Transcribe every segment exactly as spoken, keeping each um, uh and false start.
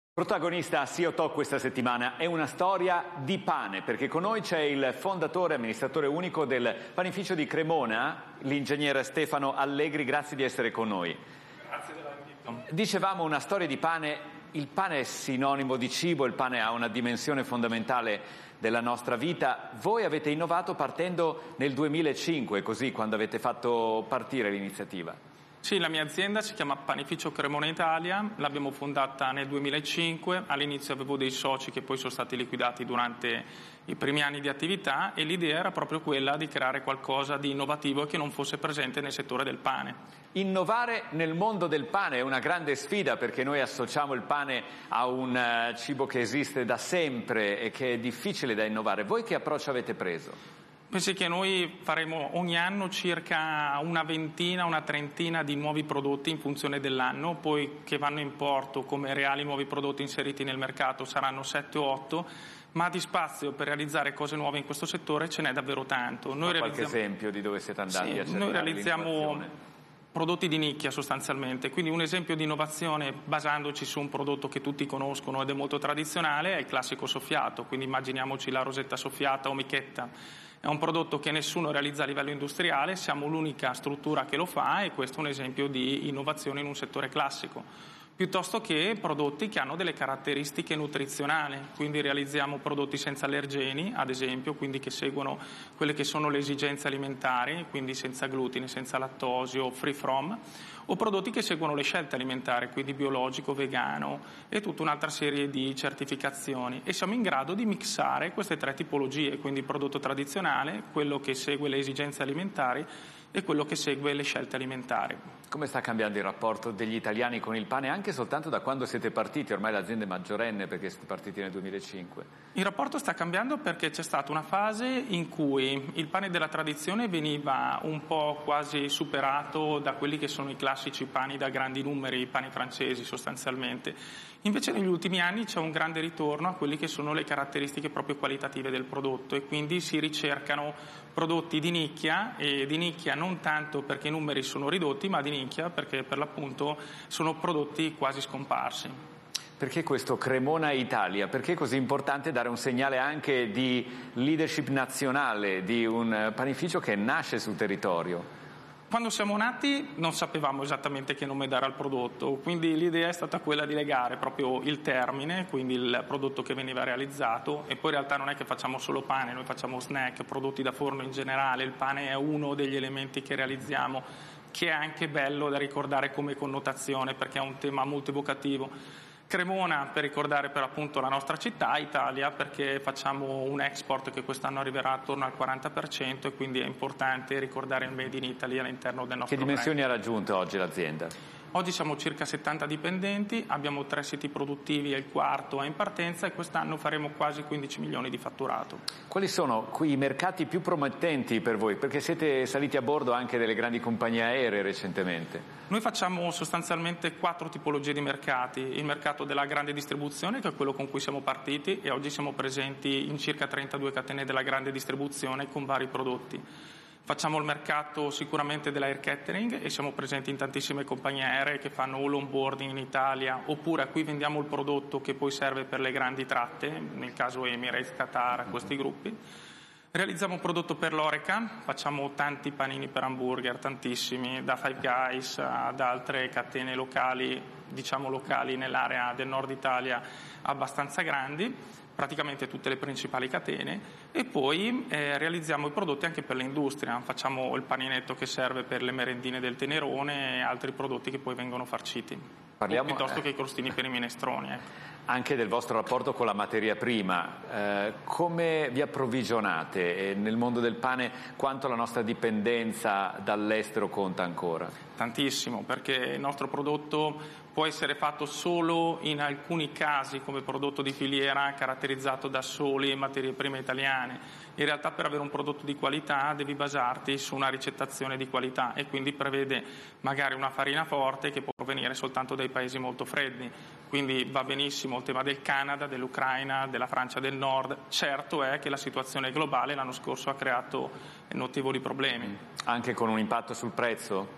Protagonista a Sì o To questa settimana è una storia di pane, perché con noi c'è il fondatore e amministratore unico del panificio di Cremona, l'ingegner Stefano Allegri. Grazie di essere con noi. Grazie dell'invito. Dicevamo una storia di pane. Il pane è sinonimo di cibo, il pane ha una dimensione fondamentale della nostra vita. Voi avete innovato partendo nel duemilacinque, così, quando avete fatto partire l'iniziativa. Sì, la mia azienda si chiama Panificio Cremona Italia, l'abbiamo fondata nel duemilacinque, all'inizio avevo dei soci che poi sono stati liquidati durante i primi anni di attività e l'idea era proprio quella di creare qualcosa di innovativo che non fosse presente nel settore del pane. Innovare nel mondo del pane è una grande sfida, perché noi associamo il pane a un cibo che esiste da sempre e che è difficile da innovare. Voi che approccio avete preso? Pensi che noi faremo ogni anno circa una ventina, una trentina di nuovi prodotti in funzione dell'anno, poi che vanno in porto come reali nuovi prodotti inseriti nel mercato saranno sette o otto, ma di spazio per realizzare cose nuove in questo settore ce n'è davvero tanto. Noi qualche realizziamo... esempio di dove siete andati sì, a cercare noi realizziamo prodotti di nicchia sostanzialmente, quindi un esempio di innovazione basandoci su un prodotto che tutti conoscono ed è molto tradizionale è il classico soffiato, quindi immaginiamoci la rosetta soffiata o michetta. È un prodotto che nessuno realizza a livello industriale, siamo l'unica struttura che lo fa e questo è un esempio di innovazione in un settore classico. Piuttosto che prodotti che hanno delle caratteristiche nutrizionali, quindi realizziamo prodotti senza allergeni, ad esempio, quindi che seguono quelle che sono le esigenze alimentari, quindi senza glutine, senza lattosio, free from, o prodotti che seguono le scelte alimentari, quindi biologico, vegano e tutta un'altra serie di certificazioni. E siamo in grado di mixare queste tre tipologie, quindi prodotto tradizionale, quello che segue le esigenze alimentari e quello che segue le scelte alimentari. Come sta cambiando il rapporto degli italiani con il pane, anche soltanto da quando siete partiti? Ormai l'azienda è maggiorenne perché siete partiti nel duemilacinque. Il rapporto sta cambiando perché c'è stata una fase in cui il pane della tradizione veniva un po' quasi superato da quelli che sono i classici pani da grandi numeri, i pani francesi sostanzialmente. Invece negli ultimi anni c'è un grande ritorno a quelli che sono le caratteristiche proprio qualitative del prodotto e quindi si ricercano prodotti di nicchia, e di nicchia non tanto perché i numeri sono ridotti, ma di nicchia perché per l'appunto sono prodotti quasi scomparsi. Perché questo Cremona Italia? Perché è così importante dare un segnale anche di leadership nazionale di un panificio che nasce sul territorio? Quando siamo nati non sapevamo esattamente che nome dare al prodotto, quindi l'idea è stata quella di legare proprio il termine, quindi il prodotto che veniva realizzato, e poi in realtà non è che facciamo solo pane, noi facciamo snack, prodotti da forno in generale, il pane è uno degli elementi che realizziamo, che è anche bello da ricordare come connotazione perché è un tema molto evocativo. Cremona per ricordare per appunto la nostra città, Italia perché facciamo un export che quest'anno arriverà attorno al quaranta per cento e quindi è importante ricordare il Made in Italy all'interno del nostro Che dimensioni brand. ha raggiunto oggi l'azienda? Oggi siamo circa settanta dipendenti, abbiamo tre siti produttivi e il quarto è in partenza e quest'anno faremo quasi quindici milioni di fatturato. Quali sono i mercati più promettenti per voi? Perché siete saliti a bordo anche delle grandi compagnie aeree recentemente. Noi facciamo sostanzialmente quattro tipologie di mercati. Il mercato della grande distribuzione, che è quello con cui siamo partiti, e oggi siamo presenti in circa trentadue catene della grande distribuzione con vari prodotti. Facciamo il mercato sicuramente dell'air catering e siamo presenti in tantissime compagnie aeree che fanno all onboarding in Italia, oppure a cui vendiamo il prodotto che poi serve per le grandi tratte, nel caso Emirates, Qatar, questi gruppi. Realizziamo un prodotto per l'Oreca, facciamo tanti panini per hamburger, tantissimi, da Five Guys ad altre catene locali, diciamo locali nell'area del nord Italia abbastanza grandi, praticamente tutte le principali catene, e poi eh, realizziamo i prodotti anche per l'industria, facciamo il paninetto che serve per le merendine del Tenerone e altri prodotti che poi vengono farciti, Parliamo, piuttosto eh, che i crostini per i minestroni. Ecco. Anche del vostro rapporto con la materia prima, eh, come vi approvvigionate? E nel mondo del pane quanto la nostra dipendenza dall'estero conta ancora? Tantissimo, perché il nostro prodotto può essere fatto solo in alcuni casi come prodotto di filiera caratterizzato da soli materie prime italiane. In realtà per avere un prodotto di qualità devi basarti su una ricettazione di qualità e quindi prevede magari una farina forte che può provenire soltanto dai paesi molto freddi, quindi va benissimo il tema del Canada, dell'Ucraina, della Francia del Nord. Certo è che la situazione globale l'anno scorso ha creato notevoli problemi. Anche con un impatto sul prezzo?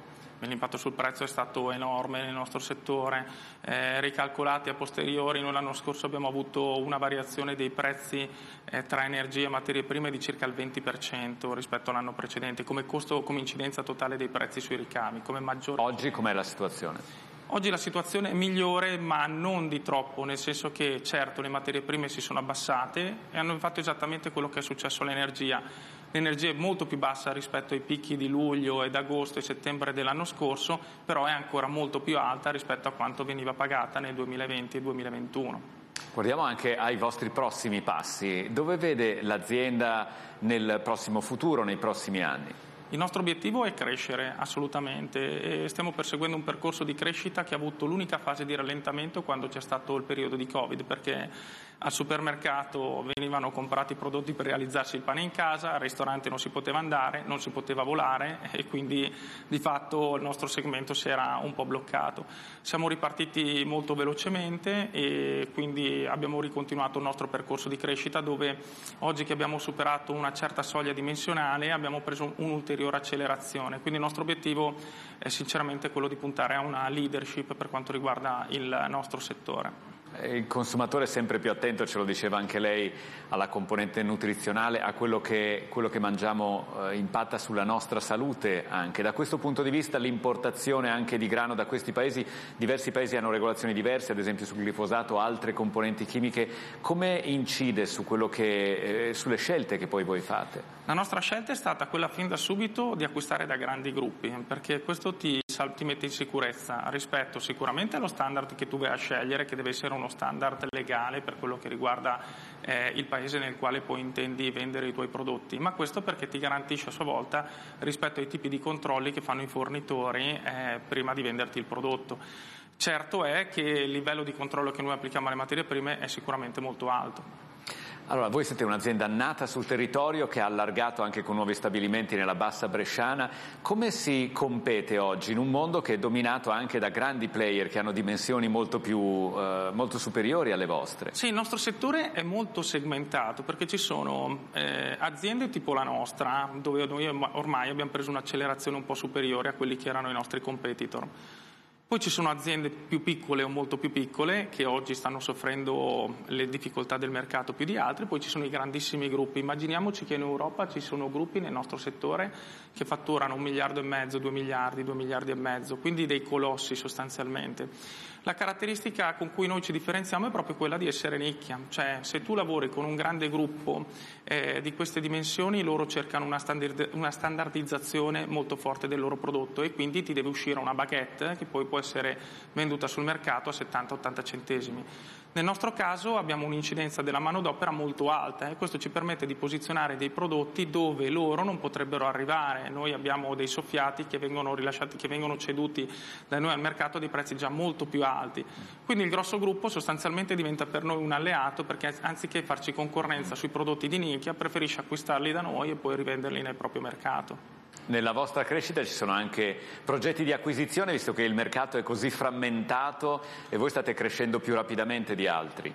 l'impatto sul prezzo è stato enorme nel nostro settore, eh, ricalcolati a posteriori. Noi l'anno scorso abbiamo avuto una variazione dei prezzi eh, tra energia e materie prime di circa il venti per cento rispetto all'anno precedente, come costo, come incidenza totale dei prezzi sui ricavi, come maggiore. Oggi com'è la situazione? Oggi la situazione è migliore, ma non di troppo, nel senso che certo le materie prime si sono abbassate e hanno fatto esattamente quello che è successo all'energia. L'energia è molto più bassa rispetto ai picchi di luglio ed agosto e settembre dell'anno scorso, però è ancora molto più alta rispetto a quanto veniva pagata nel duemilaventi e duemilaventuno. Guardiamo anche ai vostri prossimi passi. Dove vede l'azienda nel prossimo futuro, nei prossimi anni? Il nostro obiettivo è crescere assolutamente e stiamo perseguendo un percorso di crescita che ha avuto l'unica fase di rallentamento quando c'è stato il periodo di Covid, perché al supermercato venivano comprati prodotti per realizzarsi il pane in casa, al ristorante non si poteva andare, non si poteva volare e quindi di fatto il nostro segmento si era un po' bloccato. Siamo ripartiti molto velocemente e quindi abbiamo ricontinuato il nostro percorso di crescita, dove oggi che abbiamo superato una certa soglia dimensionale abbiamo preso un'ulteriore accelerazione. Quindi il nostro obiettivo è sinceramente quello di puntare a una leadership per quanto riguarda il nostro settore. Il consumatore è sempre più attento, ce lo diceva anche lei, alla componente nutrizionale, a quello che, quello che mangiamo eh, impatta sulla nostra salute anche. Da questo punto di vista l'importazione anche di grano da questi paesi, diversi paesi hanno regolazioni diverse, ad esempio sul glifosato, altre componenti chimiche, come incide su quello che, eh, sulle scelte che poi voi fate? La nostra scelta è stata quella fin da subito di acquistare da grandi gruppi, perché questo ti, ti mette in sicurezza rispetto sicuramente allo standard che tu vai a scegliere, che deve essere uno standard legale per quello che riguarda eh, il paese nel quale poi intendi vendere i tuoi prodotti, ma questo perché ti garantisce a sua volta rispetto ai tipi di controlli che fanno i fornitori eh, prima di venderti il prodotto. Certo è che il livello di controllo che noi applichiamo alle materie prime è sicuramente molto alto. Allora, voi siete un'azienda nata sul territorio che ha allargato anche con nuovi stabilimenti nella bassa bresciana. Come si compete oggi in un mondo che è dominato anche da grandi player che hanno dimensioni molto più eh, molto superiori alle vostre? Sì, il nostro settore è molto segmentato perché ci sono eh, aziende tipo la nostra, dove noi ormai abbiamo preso un'accelerazione un po' superiore a quelli che erano i nostri competitor. Poi ci sono aziende più piccole o molto più piccole che oggi stanno soffrendo le difficoltà del mercato più di altri, poi ci sono i grandissimi gruppi. Immaginiamoci che in Europa ci sono gruppi nel nostro settore che fatturano un miliardo e mezzo, due miliardi, due miliardi e mezzo, quindi dei colossi sostanzialmente. La caratteristica con cui noi ci differenziamo è proprio quella di essere nicchia, cioè se tu lavori con un grande gruppo eh, di queste dimensioni, loro cercano una, standard, una standardizzazione molto forte del loro prodotto e quindi ti deve uscire una baguette che poi può essere venduta sul mercato a settanta ottanta centesimi. Nel nostro caso abbiamo un'incidenza della manodopera molto alta e questo ci permette di posizionare dei prodotti dove loro non potrebbero arrivare. Noi abbiamo dei soffiati che vengono rilasciati, che vengono ceduti da noi al mercato a dei prezzi già molto più alti. Quindi il grosso gruppo sostanzialmente diventa per noi un alleato perché anziché farci concorrenza sui prodotti di nicchia preferisce acquistarli da noi e poi rivenderli nel proprio mercato. Nella vostra crescita ci sono anche progetti di acquisizione, visto che il mercato è così frammentato e voi state crescendo più rapidamente di altri.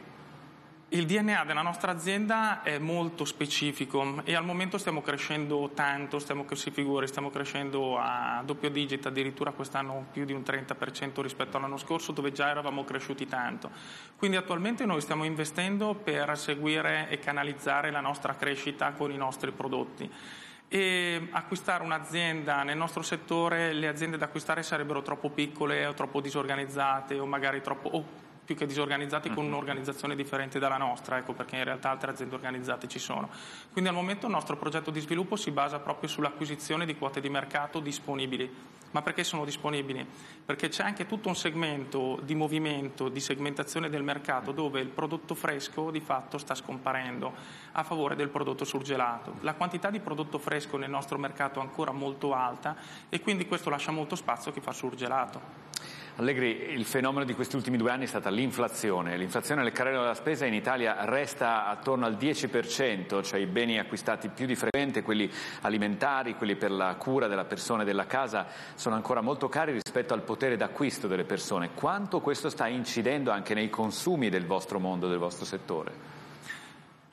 Il D N A della nostra azienda è molto specifico e al momento stiamo crescendo tanto, stiamo, si figuri, stiamo crescendo a doppio digit, addirittura quest'anno più di un trenta per cento rispetto all'anno scorso dove già eravamo cresciuti tanto. Quindi attualmente noi stiamo investendo per seguire e canalizzare la nostra crescita con i nostri prodotti. E acquistare un'azienda nel nostro settore, le aziende da acquistare sarebbero troppo piccole o troppo disorganizzate o magari troppo o più che disorganizzate con un'organizzazione differente dalla nostra, ecco perché in realtà altre aziende organizzate ci sono. Quindi al momento il nostro progetto di sviluppo si basa proprio sull'acquisizione di quote di mercato disponibili. Ma perché sono disponibili? Perché c'è anche tutto un segmento di movimento, di segmentazione del mercato dove il prodotto fresco di fatto sta scomparendo a favore del prodotto surgelato. La quantità di prodotto fresco nel nostro mercato è ancora molto alta e quindi questo lascia molto spazio a chi fa surgelato. Allegri, il fenomeno di questi ultimi due anni è stata l'inflazione. L'inflazione nel carrello della spesa in Italia resta attorno al dieci per cento, cioè i beni acquistati più di frequente, quelli alimentari, quelli per la cura della persona e della casa, sono ancora molto cari rispetto al potere d'acquisto delle persone. Quanto questo sta incidendo anche nei consumi del vostro mondo, del vostro settore?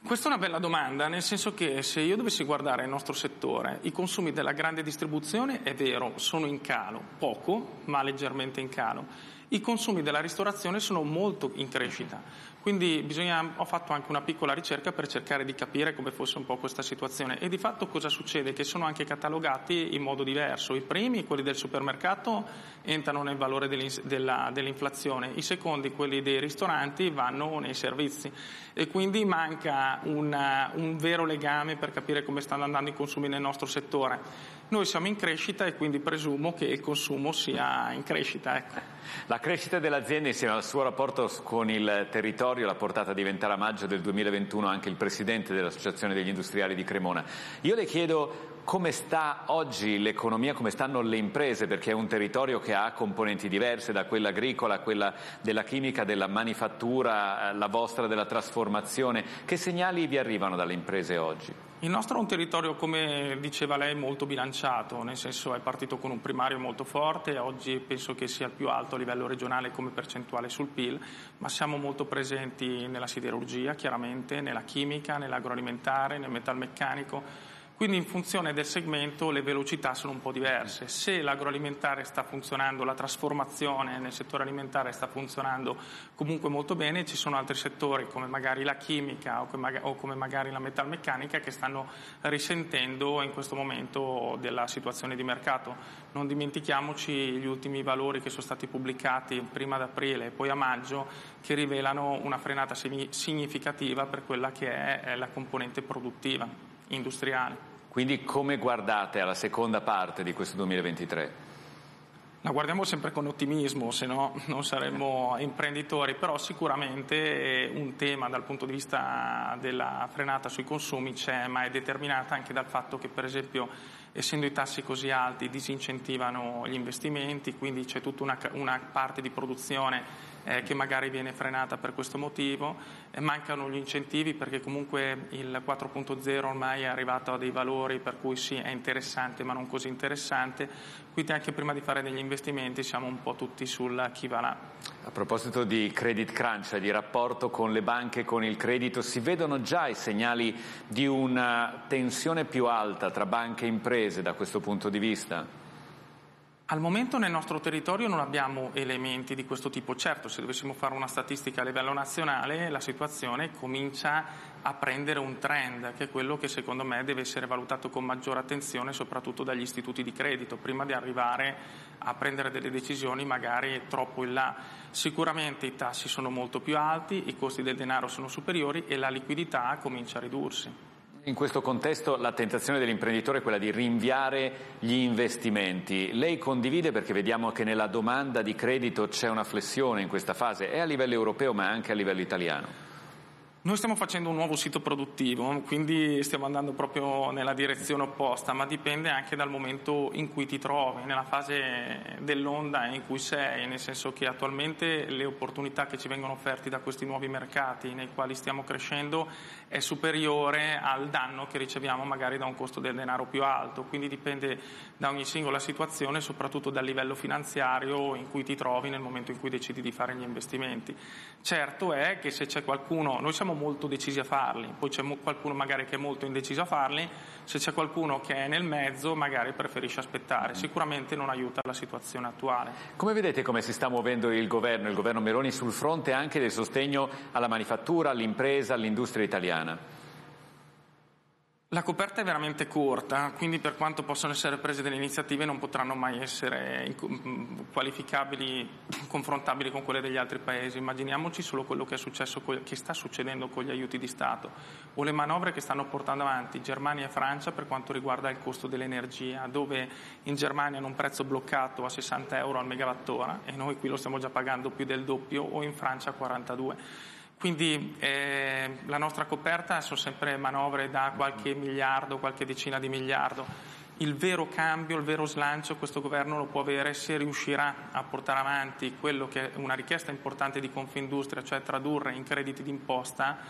Questa è una bella domanda, nel senso che se io dovessi guardare il nostro settore, i consumi della grande distribuzione, è vero, sono in calo, poco, ma leggermente in calo. I consumi della ristorazione sono molto in crescita. Quindi bisogna, ho fatto anche una piccola ricerca per cercare di capire come fosse un po' questa situazione e di fatto cosa succede? Che sono anche catalogati in modo diverso. I primi, quelli del supermercato, entrano nel valore della, dell'inflazione, i secondi, quelli dei ristoranti, vanno nei servizi e quindi manca una, un vero legame per capire come stanno andando i consumi nel nostro settore. Noi siamo in crescita e quindi presumo che il consumo sia in crescita. Ecco. La crescita dell'azienda insieme al suo rapporto con il territorio l'ha portata a diventare a maggio del duemilaventuno anche il presidente dell'Associazione degli Industriali di Cremona. Io le chiedo come sta oggi l'economia, come stanno le imprese, perché è un territorio che ha componenti diverse, da quella agricola a quella della chimica, della manifattura, la vostra della trasformazione. Che segnali vi arrivano dalle imprese oggi? Il nostro è un territorio, come diceva lei, molto bilanciato, nel senso è partito con un primario molto forte, oggi penso che sia il più alto a livello regionale come percentuale sul P I L, ma siamo molto presenti nella siderurgia, chiaramente, nella chimica, nell'agroalimentare, nel metalmeccanico. Quindi in funzione del segmento le velocità sono un po' diverse. Se l'agroalimentare sta funzionando, la trasformazione nel settore alimentare sta funzionando comunque molto bene, ci sono altri settori come magari la chimica o come magari la metalmeccanica che stanno risentendo in questo momento della situazione di mercato. Non dimentichiamoci gli ultimi valori che sono stati pubblicati prima ad aprile e poi a maggio che rivelano una frenata significativa per quella che è la componente produttiva industriale. Quindi come guardate alla seconda parte di questo duemilaventitré? La guardiamo sempre con ottimismo, se no non saremmo imprenditori, però sicuramente un tema dal punto di vista della frenata sui consumi c'è, ma è determinata anche dal fatto che, per esempio, essendo i tassi così alti disincentivano gli investimenti, quindi c'è tutta una, una parte di produzione eh, che magari viene frenata per questo motivo, eh, mancano gli incentivi perché comunque il quattro punto zero ormai è arrivato a dei valori per cui sì, è interessante ma non così interessante, quindi anche prima di fare degli investimenti siamo un po' tutti sul chi va là. A proposito di credit crunch, di rapporto con le banche, con il credito, si vedono già i segnali di una tensione più alta tra banche e imprese da questo punto di vista? Al momento nel nostro territorio non abbiamo elementi di questo tipo. Certo, se dovessimo fare una statistica a livello nazionale, la situazione comincia a prendere un trend, che è quello che secondo me deve essere valutato con maggiore attenzione, soprattutto dagli istituti di credito, prima di arrivare a prendere delle decisioni magari troppo in là. Sicuramente i tassi sono molto più alti, i costi del denaro sono superiori e la liquidità comincia a ridursi. In questo contesto la tentazione dell'imprenditore è quella di rinviare gli investimenti. Lei condivide, perché vediamo che nella domanda di credito c'è una flessione in questa fase, è a livello europeo ma anche a livello italiano? Noi stiamo facendo un nuovo sito produttivo, quindi stiamo andando proprio nella direzione opposta, ma dipende anche dal momento in cui ti trovi, nella fase dell'onda in cui sei, nel senso che attualmente le opportunità che ci vengono offerte da questi nuovi mercati nei quali stiamo crescendo è superiore al danno che riceviamo magari da un costo del denaro più alto, quindi dipende da ogni singola situazione, soprattutto dal livello finanziario in cui ti trovi nel momento in cui decidi di fare gli investimenti. Certo è che se c'è qualcuno, noi siamo molto decisi a farli, poi c'è qualcuno magari che è molto indeciso a farli, se c'è qualcuno che è nel mezzo magari preferisce aspettare, sicuramente non aiuta la situazione attuale. Come vedete come si sta muovendo il governo, il governo Meloni sul fronte anche del sostegno alla manifattura, all'impresa, all'industria italiana? La coperta è veramente corta, quindi per quanto possono essere prese delle iniziative non potranno mai essere qualificabili, confrontabili con quelle degli altri paesi. Immaginiamoci solo quello che è successo, che sta succedendo con gli aiuti di Stato o le manovre che stanno portando avanti Germania e Francia per quanto riguarda il costo dell'energia, dove in Germania hanno un prezzo bloccato a sessanta euro al megawattora e noi qui lo stiamo già pagando più del doppio, o in Francia a quarantadue. Quindi eh, la nostra coperta sono sempre manovre da qualche miliardo, qualche decina di miliardo. Il vero cambio, il vero slancio questo governo lo può avere se riuscirà a portare avanti quello che è una richiesta importante di Confindustria, cioè tradurre in crediti d'imposta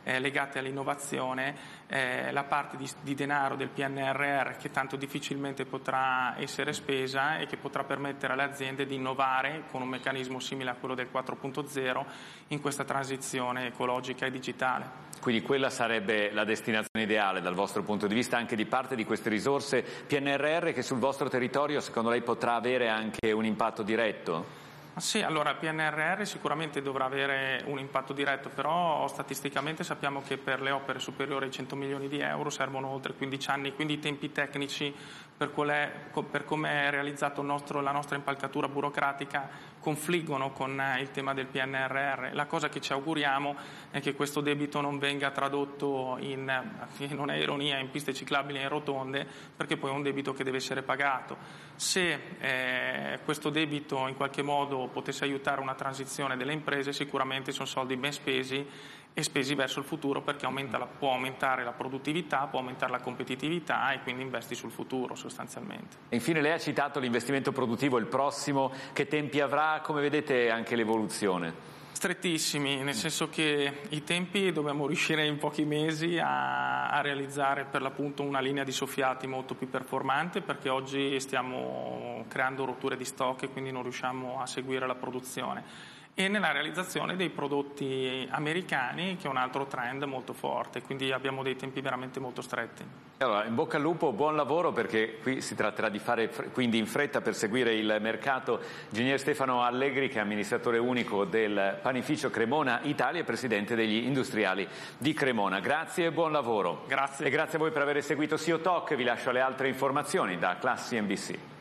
eh, legate all'innovazione, eh, la parte di, di denaro del P N R R che tanto difficilmente potrà essere spesa e che potrà permettere alle aziende di innovare con un meccanismo simile a quello del quattro punto zero in questa transizione ecologica e digitale. Quindi quella sarebbe la destinazione ideale dal vostro punto di vista anche di parte di queste risorse P N R R che sul vostro territorio secondo lei potrà avere anche un impatto diretto? Sì, allora il P N R R sicuramente dovrà avere un impatto diretto, però statisticamente sappiamo che per le opere superiori ai cento milioni di euro servono oltre quindici anni, quindi i tempi tecnici per, è, per come è realizzato il nostro, la nostra impalcatura burocratica confliggono con il tema del P N R R. La cosa che ci auguriamo è che questo debito non venga tradotto in, non è ironia, in piste ciclabili e in rotonde, perché poi è un debito che deve essere pagato. Se eh, questo debito in qualche modo potesse aiutare una transizione delle imprese, sicuramente sono soldi ben spesi e spesi verso il futuro, perché aumenta la, può aumentare la produttività, può aumentare la competitività e quindi investi sul futuro sostanzialmente. E infine lei ha citato l'investimento produttivo, il prossimo, che tempi avrà? Come vedete anche l'evoluzione? Strettissimi, nel senso che i tempi dobbiamo riuscire in pochi mesi a, a realizzare per l'appunto una linea di soffiati molto più performante, perché oggi stiamo creando rotture di stock e quindi non riusciamo a seguire la produzione, e nella realizzazione dei prodotti americani, che è un altro trend molto forte, quindi abbiamo dei tempi veramente molto stretti. Allora, in bocca al lupo, buon lavoro, perché qui si tratterà di fare quindi in fretta per seguire il mercato. Ingegner Stefano Allegri, che è amministratore unico del panificio Cremona Italia e presidente degli industriali di Cremona. Grazie e buon lavoro. Grazie. E grazie a voi per aver seguito C E O Talk. Vi lascio alle altre informazioni da Class C N B C.